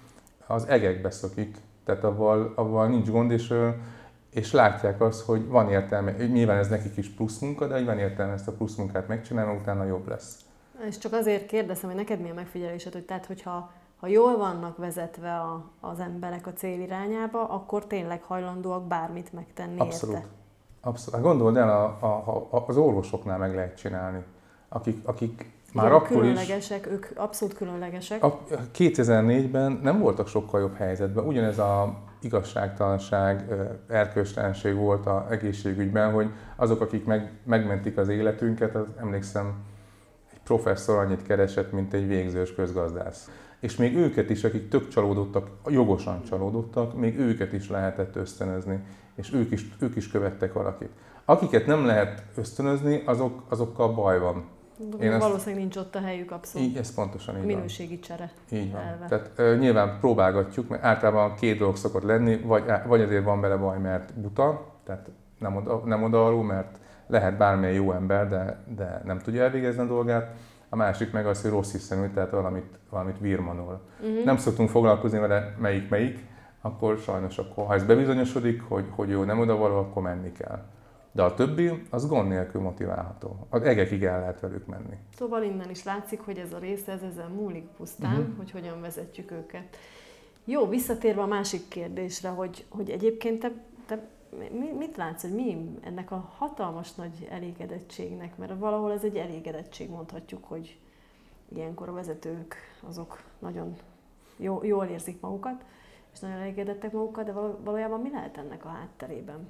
az egekbe szokik, tehát avval nincs gond, és látják azt, hogy van értelme, nyilván ez nekik is plusz munka, de hogy van értelme ezt a plusz munkát megcsinálni, utána jobb lesz. És csak azért kérdezem, hogy neked mi a megfigyelésed, hogy tehát, hogyha jól vannak vezetve az emberek a cél irányába, akkor tényleg hajlandóak bármit megtenni Abszolút. érte. Abszolút. Gondold el, az orvosoknál meg lehet csinálni, akik már igen, akkor különlegesek, ők abszolút különlegesek. 2004-ben nem voltak sokkal jobb helyzetben. Ugyanez a igazságtalanság, erkölcslenség volt az egészségügyben, hogy azok, akik megmentik az életünket, az, emlékszem, egy professzor annyit keresett, mint egy végzős közgazdász. És még őket is, akik tök csalódottak, jogosan csalódottak, még őket is lehetett ösztönözni, és ők is követtek valakit. Akiket nem lehet ösztönözni, azokkal baj van. Valószínűleg nincs ott a helyük abszolút. Így, ez pontosan így minőségi csere. Így van. Elve. Tehát nyilván próbálgatjuk, mert általában két dolog szokott lenni, vagy azért van vele baj, mert buta, tehát nem odavaló, mert lehet bármilyen jó ember, de nem tudja elvégezni a dolgát. A másik meg az, hogy rossz hiszemű, tehát valamit virmanol. Nem szoktunk foglalkozni vele melyik, akkor sajnos, ha ez bebizonyosodik, hogy jó, nem odavaló, akkor menni kell. De a többi, az gond nélkül motiválható. Az egekig el lehet velük menni. Szóval innen is látszik, hogy ez a része, ez ezen múlik pusztán, hogy hogyan vezetjük őket. Jó, visszatérve a másik kérdésre, hogy egyébként te mit látsz, hogy mi ennek a hatalmas nagy elégedettségnek, mert valahol ez egy elégedettség, mondhatjuk, hogy ilyenkor a vezetők azok nagyon jól érzik magukat, és nagyon elégedettek magukat, de valójában mi lehet ennek a hátterében?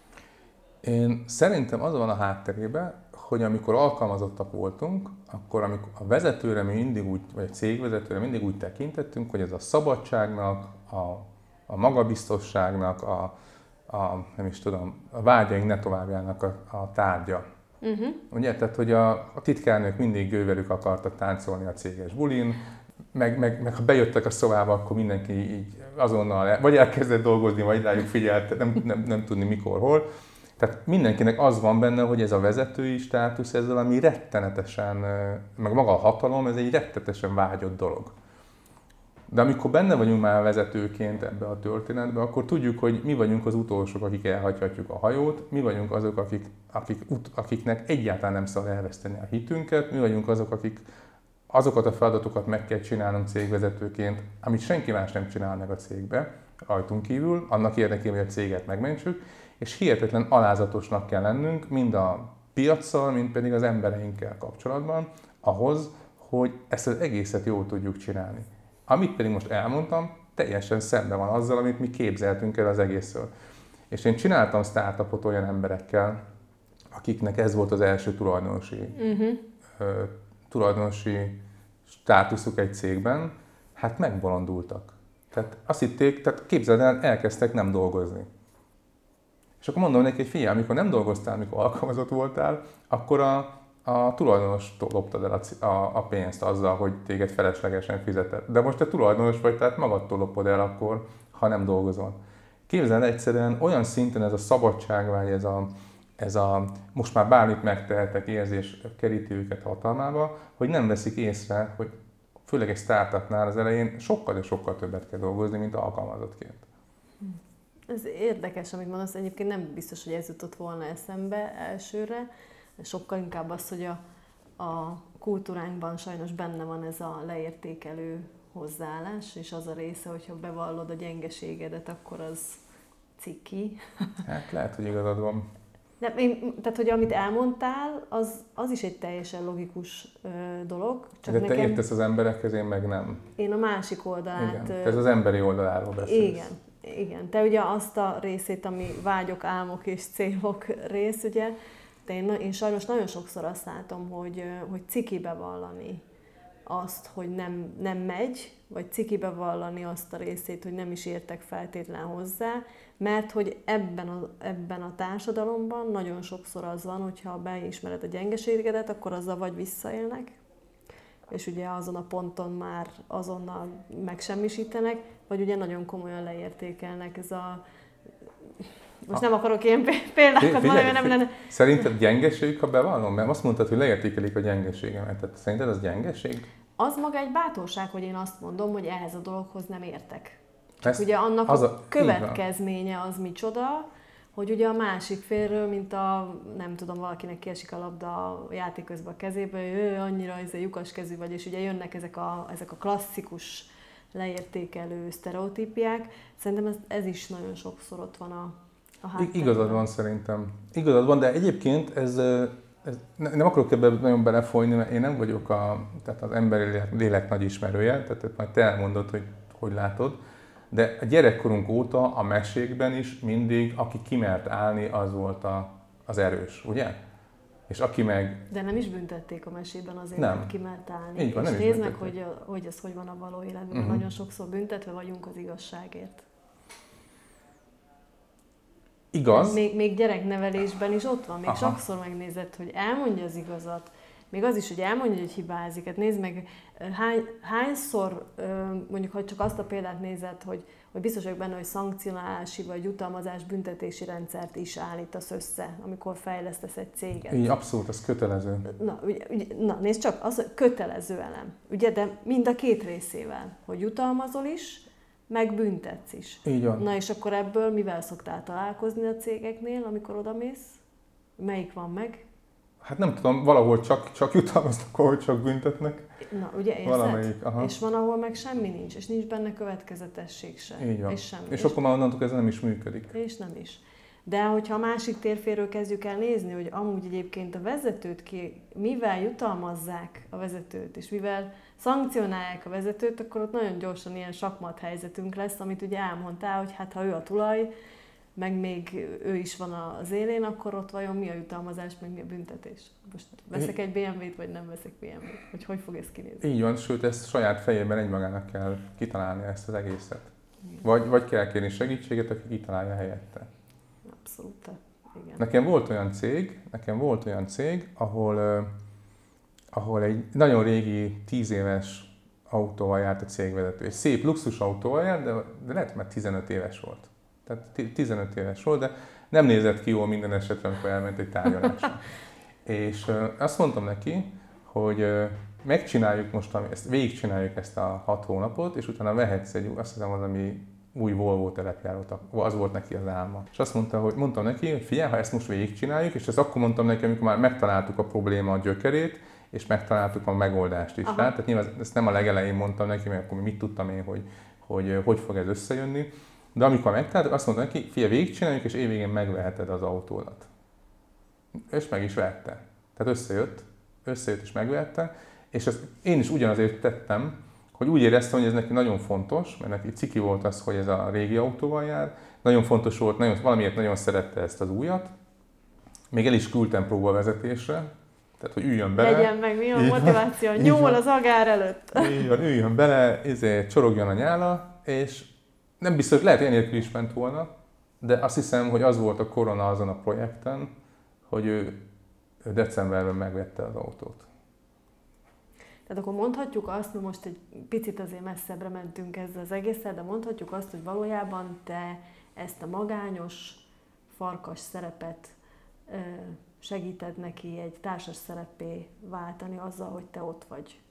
Én szerintem az van a hátterében, hogy amikor alkalmazottak voltunk, akkor amikor a vezetőre mi mindig úgy, vagy a cégvezetőre mindig úgy tekintettünk, hogy ez a szabadságnak, a magabiztosságnak, nem is tudom, a vágyaink ne továbbjának a tárgya. Ugye? Tehát, hogy a titkárnők mindig ővelük akartak táncolni a céges bulin, meg ha bejöttek a szobába, akkor mindenki így azonnal vagy elkezdett dolgozni, vagy rájuk figyelt, nem tudni mikor, hol. Tehát mindenkinek az van benne, hogy ez a vezetői státusz, ez valami rettenetesen, meg maga a hatalom, ez egy rettenetesen vágyott dolog. De amikor benne vagyunk már vezetőként ebbe a történetbe, akkor tudjuk, hogy mi vagyunk az utolsók, akik elhagyhatjuk a hajót, mi vagyunk azok, akiknek egyáltalán nem szabad elveszteni a hitünket, mi vagyunk azok, akik azokat a feladatokat meg kell csinálnunk cégvezetőként, amit senki más nem csinál meg a cégbe, rajtunk kívül, annak érdekében, hogy a céget megmentsük, és hihetetlen alázatosnak kell lennünk, mind a piaccal, mind pedig az embereinkkel kapcsolatban, ahhoz, hogy ezt az egészet jól tudjuk csinálni. Amit pedig most elmondtam, teljesen szemben van azzal, amit mi képzeltünk el az egészről. És én csináltam startupot olyan emberekkel, akiknek ez volt az első tulajdonosi státuszuk egy cégben, hát megbolondultak. Tehát azt hitték, tehát képzeld el, elkezdtek nem dolgozni. És akkor mondom neki, hogy figyelj, amikor nem dolgoztál, amikor alkalmazott voltál, akkor a tulajdonos loptad el a pénzt azzal, hogy téged feleslegesen fizetett. De most te tulajdonos vagy, tehát magadtól lopod el akkor, ha nem dolgozol. Képzeld, egyszerűen olyan szinten ez a szabadságvágy, ez a most már bármit megtehetek érzés keríti őket hatalmába, hogy nem veszik észre, hogy főleg egy startupnál az elején sokkal és sokkal többet kell dolgozni, mint alkalmazottként. Ez érdekes, amit mondasz, egyébként nem biztos, hogy ez jutott volna eszembe elsőre, sokkal inkább az, hogy a kultúránkban sajnos benne van ez a leértékelő hozzáállás, és az a része, hogyha bevallod a gyengeségedet, akkor az ciki. Hát lehet, hogy igazad van. Tehát, hogy amit elmondtál, az is egy teljesen logikus dolog. Csak de te értesz az emberekhez, én meg nem. Én a másik oldalát... Igen, te ez az emberi oldaláról beszélsz. Igen. Te ugye azt a részét, ami vágyok, álmok és célok rész, ugye, én sajnos nagyon sokszor azt látom, hogy ciki bevallani azt, hogy nem megy, vagy ciki bevallani azt a részét, hogy nem is értek feltétlen hozzá, mert hogy ebben a társadalomban nagyon sokszor az van, hogyha beismered a gyengeségedet, akkor azzal vagy visszaélnek, és ugye azon a ponton már azonnal megsemmisítenek, vagy ugye nagyon komolyan leértékelnek. Ez a... Most nem akarok ilyen példákat mondani, nem lenne... Szerinted gyengeség, ha bevallom? Mert azt mondtad, hogy leértékelik a gyengeségemet. Tehát szerinted az gyengeség? az maga egy bátorság, hogy én azt mondom, hogy ehhez a dologhoz nem értek. Csak ugye annak a következménye az micsoda, hogy ugye a másik félről, mint nem tudom, valakinek kiesik a labda a játék közben a kezébe, hogy annyira lyukas kezű vagy, és ugye jönnek ezek a klasszikus leértékelő sztereotípiák. Szerintem ez is nagyon sokszor ott van a háttérben. Igazad van szerintem. Igazad van, de egyébként ez nem akarok ebben nagyon belefolyni, mert én nem vagyok tehát az emberi lélek nagy ismerője, tehát majd te elmondod, hogy látod. De a gyerekkorunk óta a mesékben is mindig, aki kimert állni, az volt az erős, ugye? És aki meg... De nem is büntették a mesében azért, nem. Mert kimert állni. Így van, és nem nézd meg, hogy ez hogy van a való életben. Nagyon sokszor büntetve vagyunk az igazságért. Igaz. Még gyereknevelésben is ott van. Még sokszor megnézed, hogy elmondja az igazat. Még az is, hogy elmondja, hogy hibázik. Hát nézd meg, hányszor, mondjuk, ha csak azt a példát nézed, hogy biztos vagyok benne, hogy szankcionálási vagy jutalmazás büntetési rendszert is állítasz össze, amikor fejlesztesz egy céget. Így, abszolút, az kötelező. Na, nézd csak, az kötelező elem. Ugye, de mind a két részével, hogy jutalmazol is, meg büntetsz is. Így van. Na és akkor ebből mivel szoktál találkozni a cégeknél, amikor odamész? Melyik van meg? Hát nem tudom, valahol csak jutalmaznak, ahol csak büntetnek. Na, ugye érzed? Valamelyik, és van, ahol meg semmi nincs, és nincs benne következetesség se. Így van. És semmi. És akkor már onnantól ez nem is működik. És nem is. De hogyha a másik térféről kezdjük el nézni, hogy amúgy egyébként a vezetőt mivel jutalmazzák a vezetőt, és mivel szankcionálják a vezetőt, akkor ott nagyon gyorsan ilyen sakmat helyzetünk lesz, amit ugye elmondtál, hogy hát ha ő a tulaj, meg még ő is van az élén, akkor ott vajon mi a jutalmazás, meg mi a büntetés? Most veszek egy BMW-t, vagy nem veszek BMW-t? Hogy fog ez kinézni? Így van, sőt, ezt saját fejében egymagának kell kitalálni ezt az egészet. Vagy kell kérni segítséget, aki kitalálja helyette. Abszolút, igen. Nekem volt olyan cég, ahol egy nagyon régi, 10 éves autóval járt a cégvezető. Egy szép luxus autóval járt, de lehet, mert 15 éves volt. Tehát 15 éves volt, de nem nézett ki jól minden esetre, amikor elment egy tárgyalásra. És azt mondtam neki, hogy megcsináljuk most, végigcsináljuk ezt a 6 hónapot, és utána vehetsz azt hiszem valami új Volvo telepjárót, az volt neki az álma. És azt mondtam neki, hogy figyelj, ha ezt most végigcsináljuk, és ezt akkor mondtam neki, amikor már megtaláltuk a probléma gyökerét, és megtaláltuk a megoldást is. Tehát nyilván ezt nem a legelején mondtam neki, mert akkor mit tudtam én, hogy fog ez összejönni. De amikor megtaláltuk, azt mondtam neki, figyelj, végigcsináljuk, és évvégén megveheted az autódat. És meg is vette. Tehát összejött és megvette. És ezt én is ugyanazért tettem, hogy úgy éreztem, hogy ez neki nagyon fontos, mert neki ciki volt az, hogy ez a régi autóval jár. Nagyon fontos volt, valamiért nagyon szerette ezt az újat. Még el is küldtem próbavezetésre, tehát hogy üljön bele. Legyen meg, mi a motiváció, nyúl az agár előtt. Így van, üljön bele, csorogjon a nyála, és nem biztos, lehet enélkül is ment volna, de azt hiszem, hogy az volt a korona azon a projekten, hogy ő decemberben megvette az autót. Tehát akkor mondhatjuk azt, hogy most egy picit azért messzebbre mentünk ezzel az egésszel, de mondhatjuk azt, hogy valójában te ezt a magányos, farkas szerepet segíted neki egy társas szereppé váltani azzal, hogy te ott vagy.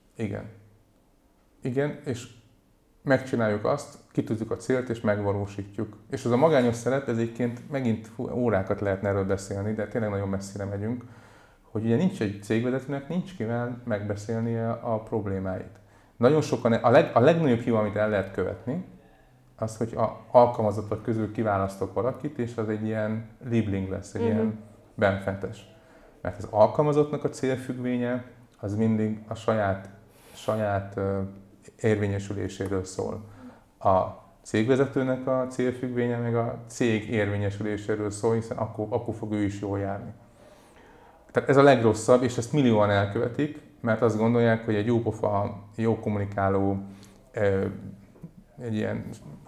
Igen, és megcsináljuk azt, kitűzzük a célt és megvalósítjuk. És az a magányos szerep, ez egyébként megint órákat lehetne erről beszélni, de tényleg nagyon messzire megyünk, hogy ugye nincs egy cégvezetőnek, nincs kivel megbeszélnie a problémáit. Nagyon sokan, a legnagyobb hiba, amit el lehet követni, az, hogy a alkalmazottak közül kiválasztok valakit, és az egy ilyen Liebling lesz, egy ilyen benfentes. Mert az alkalmazottnak a célfüggvénye, az mindig a saját érvényesüléséről szól. A cégvezetőnek a célfüggvénye meg a cég érvényesüléséről szól, hiszen akkor fog ő is jól járni. Tehát ez a legrosszabb, és ezt millióan elkövetik, mert azt gondolják, hogy egy jópofa, jó kommunikáló, egy ilyen,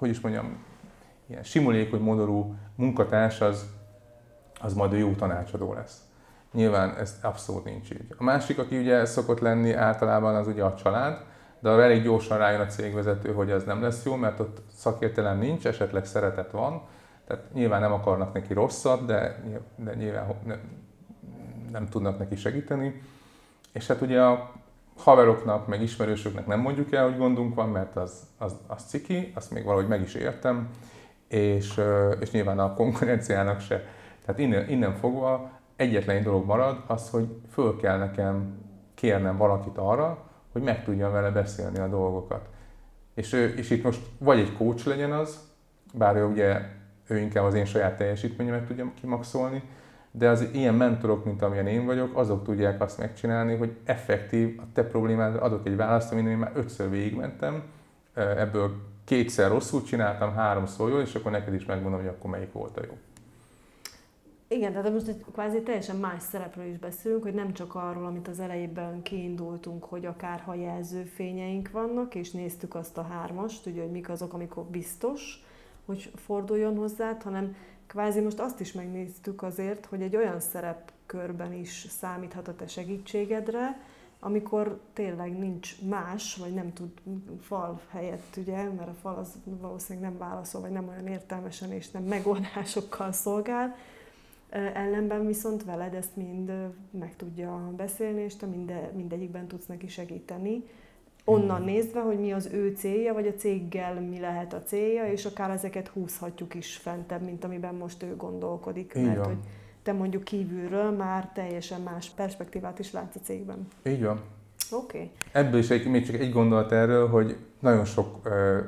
ilyen simulékony modorú munkatárs, az majd a jó tanácsadó lesz. Nyilván ez abszolút nincs így. A másik, aki ugye szokott lenni általában, az ugye a család, de elég gyorsan rájön a cégvezető, hogy ez nem lesz jó, mert ott szakértelem nincs, esetleg szeretet van, tehát nyilván nem akarnak neki rosszat, de nyilván nem tudnak neki segíteni. És hát ugye haveroknak, meg ismerősöknek nem mondjuk el, hogy gondunk van, mert az ciki, azt még valahogy meg is értem, és nyilván a konkurenciának se. Tehát innen fogva egyetlen egy dolog marad, az, hogy föl kell nekem kérnem valakit arra, hogy meg tudjam vele beszélni a dolgokat. És itt most vagy egy coach legyen az, bár ő inkább az én saját teljesítményemet tudja kimaxolni, de az ilyen mentorok, mint amilyen én vagyok, azok tudják azt megcsinálni, hogy effektív a te problémádra adok egy választ, amin én már 5-ször végigmentem, ebből 2-szer rosszul csináltam, 3-szor jól, és akkor neked is megmondom, hogy akkor melyik volt a jó. Igen, tehát most egy kvázi teljesen más szerepről is beszélünk, hogy nem csak arról, amit az elejében kiindultunk, hogy akár ha jelzőfényeink vannak, és néztük azt a 3-ast, ugye, hogy mik azok, amikor biztos, hogy forduljon hozzád, hanem kvázi most azt is megnéztük azért, hogy egy olyan szerepkörben is számíthat a te segítségedre, amikor tényleg nincs más, vagy nem tud fal helyett, ugye, mert a fal az valószínűleg nem válaszol, vagy nem olyan értelmesen és nem megoldásokkal szolgál. Ellenben viszont veled ezt mind meg tudja beszélni, és te mindegyikben tudsz neki segíteni. Onnan nézve, hogy mi az ő célja, vagy a céggel mi lehet a célja, és akár ezeket húzhatjuk is fentebb, mint amiben most ő gondolkodik. Így mert van. hogy te mondjuk kívülről már teljesen más perspektívát is látsz a cégben. Így van. Oké. Ebből is még csak egy gondolat erről, hogy nagyon sok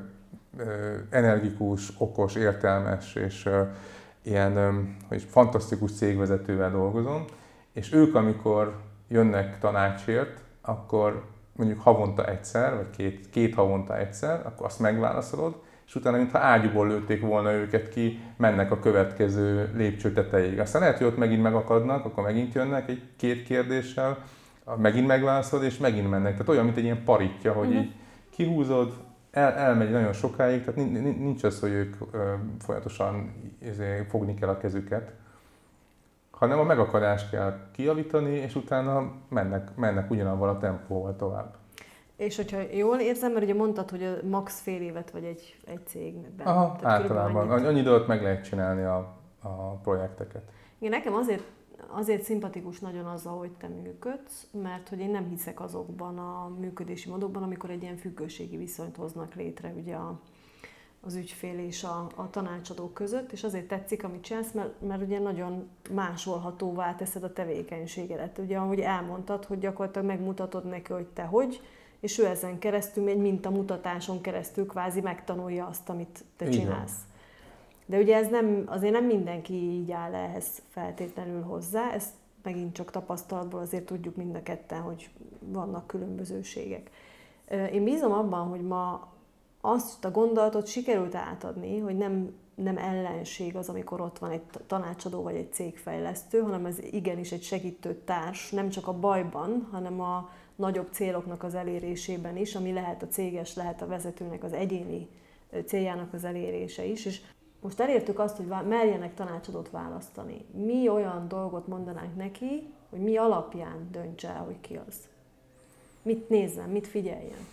energikus, okos, értelmes és ilyen fantasztikus cégvezetővel dolgozom, és ők, amikor jönnek tanácsért, akkor mondjuk havonta egyszer, vagy két havonta egyszer, akkor azt megválaszolod, és utána, mintha ágyúból lőtték volna őket ki, mennek a következő lépcső tetejéig. Aztán lehet, hogy ott megint megakadnak, akkor megint jönnek egy-két kérdéssel, megint megválaszolod, és megint mennek. Tehát olyan, mint egy ilyen paritja, hogy így kihúzod, elmegy nagyon sokáig, tehát nincs az, hogy ők folyamatosan fogni kell a kezüket, hanem a megakadást kell kijavítani, és utána mennek ugyanabban a tempóval tovább. És hogyha jól érzem, mert ugye mondtad, hogy max fél évet vagy egy cégben. Aha, általában. Annyi időt meg lehet csinálni a projekteket. Igen, nekem azért szimpatikus nagyon az, ahogy te működsz, mert hogy én nem hiszek azokban a működési módokban, amikor egy ilyen függőségi viszonyt hoznak létre ugye az ügyfél és a tanácsadó között, és azért tetszik, amit csinálsz, mert ugye nagyon másolhatóvá teszed a tevékenységedet. Ugye, ahogy elmondtad, hogy gyakorlatilag megmutatod neki, hogy te hogy, és ő ezen keresztül, egy mintamutatáson keresztül kvázi megtanulja azt, amit te csinálsz. De ugye ez azért nem mindenki így áll ehhez feltétlenül hozzá, ezt megint csak tapasztalatból azért tudjuk mind a ketten, hogy vannak különbözőségek. Én bízom abban, hogy ma azt a gondolatot sikerült átadni, hogy nem ellenség az, amikor ott van egy tanácsadó vagy egy cégfejlesztő, hanem ez igenis egy segítő társ, nem csak a bajban, hanem a nagyobb céloknak az elérésében is, ami lehet a céges, lehet a vezetőnek az egyéni céljának az elérése is. És most elértük azt, hogy merjenek tanácsadót választani. Mi olyan dolgot mondanánk neki, hogy mi alapján döntse el, hogy ki az? Mit nézzen, mit figyeljen?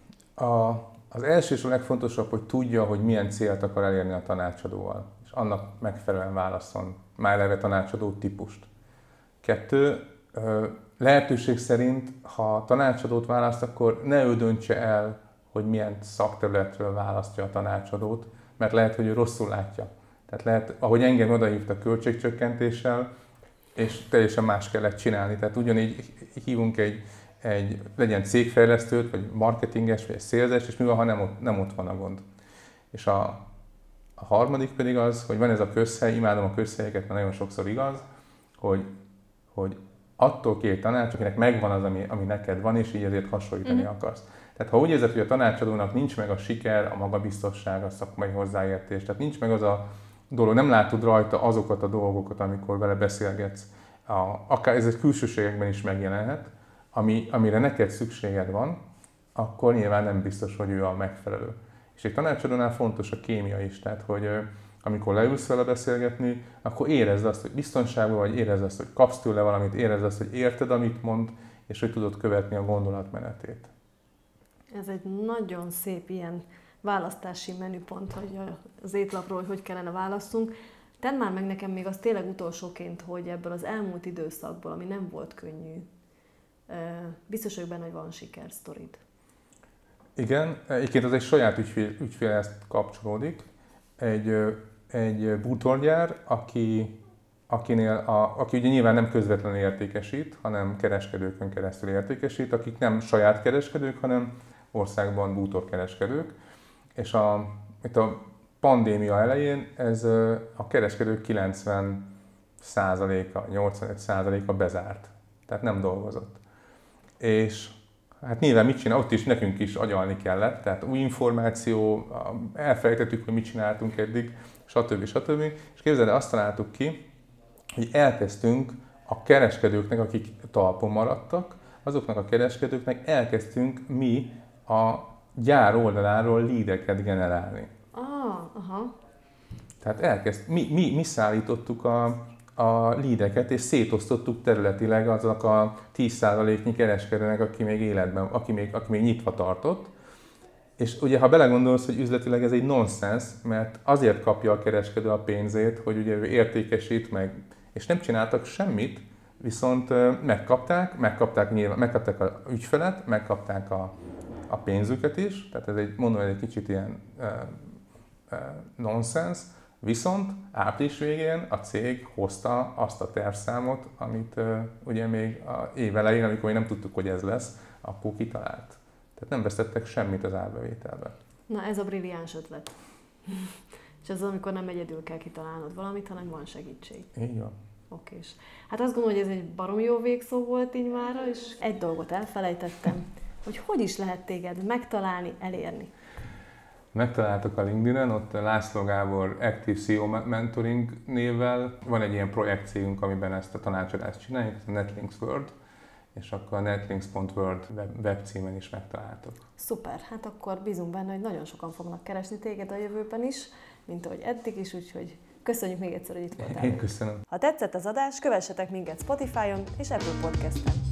Az első és a legfontosabb, hogy tudja, hogy milyen célt akar elérni a tanácsadóval, és annak megfelelően válasszon már eleve tanácsadó típust. 2. Lehetőség szerint, ha tanácsadót választ, akkor ne ő döntse el, hogy milyen szakterületről választja a tanácsadót, mert lehet, hogy ő rosszul látja. Tehát lehet, ahogy engem odahívtak költségcsökkentéssel, és teljesen más kellett csinálni. Tehát ugyanígy hívunk legyen cégfejlesztőt, vagy marketinges, vagy egy szélzes, és mi van, ha nem ott van a gond. És a harmadik pedig az, hogy van ez a közhely, imádom a közhelyeket, mert nagyon sokszor igaz, hogy attól kér tanács, akinek megvan az, ami neked van, és így ezért hasonlítani akarsz. Tehát ha úgy érzed, hogy a tanácsadónak nincs meg a siker, a magabiztosság, a szakmai hozzáértés, tehát nincs meg az a dolog, nem látod rajta azokat a dolgokat, amikor vele beszélgetsz, akár ez egy külsőségekben is megjelenhet, amire neked szükséged van, akkor nyilván nem biztos, hogy ő a megfelelő. És egy tanácsadónál fontos a kémia is, tehát hogy amikor leülsz vele beszélgetni, akkor érezd azt, hogy biztonságban vagy, érezd azt, hogy kapsz tőle valamit, érezd azt, hogy érted, amit mond, és hogy tudod követni a gondolatmenetét. Ez egy nagyon szép ilyen választási menüpont, hogy az étlapról, hogy kellene válasszunk. Tedd már meg nekem még az tényleg utolsóként, hogy ebből az elmúlt időszakból, ami nem volt könnyű, Biztos vagyok benne, hogy van sikersztorid. Igen, egyébként az egy saját ügyfélhez kapcsolódik. Egy bútorgyár, aki ugye nyilván nem közvetlenül értékesít, hanem kereskedőkön keresztül értékesít, akik nem saját kereskedők, hanem országban bútorkereskedők. És itt a pandémia elején ez a kereskedők 90%-a, 85%-a bezárt. Tehát nem dolgozott. És hát nyilván mit csinál, ott is nekünk is agyalni kellett, tehát új információ, elfelejtettük, hogy mit csináltunk eddig, stb. És képzeld, azt találtuk ki, hogy elkezdtünk a kereskedőknek, akik talpon maradtak, azoknak a kereskedőknek elkezdtünk mi a gyár oldaláról leadeket generálni. Aha. Tehát mi szállítottuk a leadeket, és szétosztottuk területileg azok a 10%-nyi kereskedőnek, aki még életben, aki még nyitva tartott. És ugye, ha belegondolsz, hogy üzletileg ez egy nonsens, mert azért kapja a kereskedő a pénzét, hogy ugye ő értékesít meg, és nem csináltak semmit, viszont megkapták az ügyfelet, megkapták a pénzüket is, tehát ez egy kicsit ilyen nonsens, viszont április végén a cég hozta azt a tervszámot, amit ugye még az év elején, amikor még nem tudtuk, hogy ez lesz, akkor kitalált. Tehát nem vesztettek semmit az árbevételbe. Na, ez a brilliáns ötlet. És ez az, amikor nem egyedül kell kitalálnod valamit, hanem van segítség. Így van. Okés. Hát azt gondolom, hogy ez egy baromi jó végszó volt így mára, és egy dolgot elfelejtettem, hogy is lehet téged megtalálni, elérni. Megtaláltak a LinkedIn-en, ott László Gábor Active CEO Mentoring névvel. Van egy ilyen projektcégünk, amiben ezt a tanácsadást csináljuk, ez a Netlinks World, és akkor a netlinks.world webcímen is megtaláltok. Szuper, hát akkor bízunk benne, hogy nagyon sokan fognak keresni téged a jövőben is, mint ahogy eddig is, úgyhogy köszönjük még egyszer, hogy itt voltál. Én köszönöm. Ha tetszett az adás, kövessetek minket Spotify-on és Apple Podcast-en.